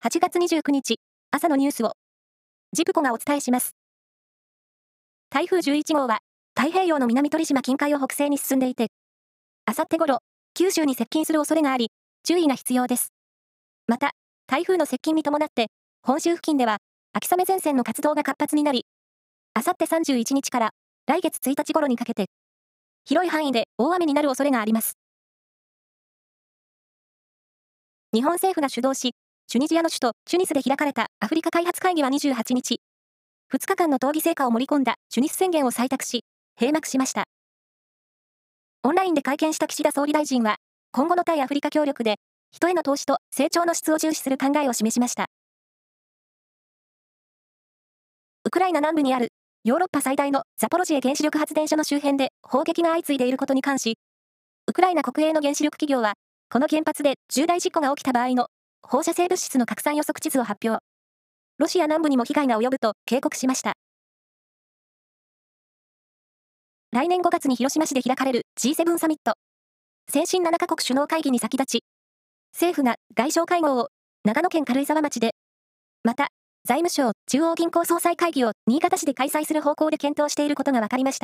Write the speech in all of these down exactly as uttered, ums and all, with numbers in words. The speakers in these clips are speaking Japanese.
はちがつにじゅうくにち、朝のニュースを、ジプコがお伝えします。台風じゅういちごうは、太平洋の南鳥島近海を北西に進んでいて、あさって頃、九州に接近する恐れがあり、注意が必要です。また、台風の接近に伴って、本州付近では、秋雨前線の活動が活発になり、あさってさんじゅういちにちから来月ついたち頃にかけて、広い範囲で大雨になる恐れがあります。日本政府が主導し、チュニジアの首都チュニスで開かれたアフリカ開発会議はにじゅうはちにち、ふつかかんの討議成果を盛り込んだチュニス宣言を採択し、閉幕しました。オンラインで会見した岸田総理大臣は、今後の対アフリカ協力で、人への投資と成長の質を重視する考えを示しました。ウクライナ南部にあるヨーロッパ最大のザポロジエ原子力発電所の周辺で砲撃が相次いでいることに関し、ウクライナ国営の原子力企業は、この原発で重大事故が起きた場合の放射性物質の拡散予測地図を発表。ロシア南部にも被害が及ぶと警告しました。来年ごがつに広島市で開かれる ジーセブン サミット。先進ななかこく首脳会議に先立ち、政府が外相会合を長野県軽井沢町で、また、財務省中央銀行総裁会議を新潟市で開催する方向で検討していることが分かりました。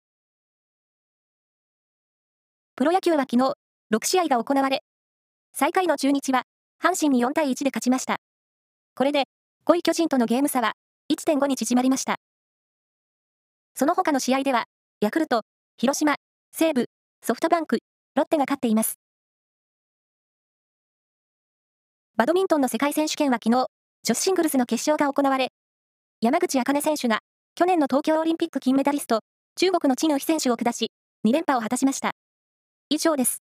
プロ野球は昨日、ろくしあいが行われ、最下位の中日は、阪神によんたいいちで勝ちました。これで、ごい巨人とのゲーム差は いってんご に縮まりました。その他の試合では、ヤクルト、広島、西武、ソフトバンク、ロッテが勝っています。バドミントンの世界選手権は昨日、女子シングルスの決勝が行われ、山口茜選手が、去年の東京オリンピック金メダリスト、中国の陳雨菲選手を下し、にれんぱを果たしました。以上です。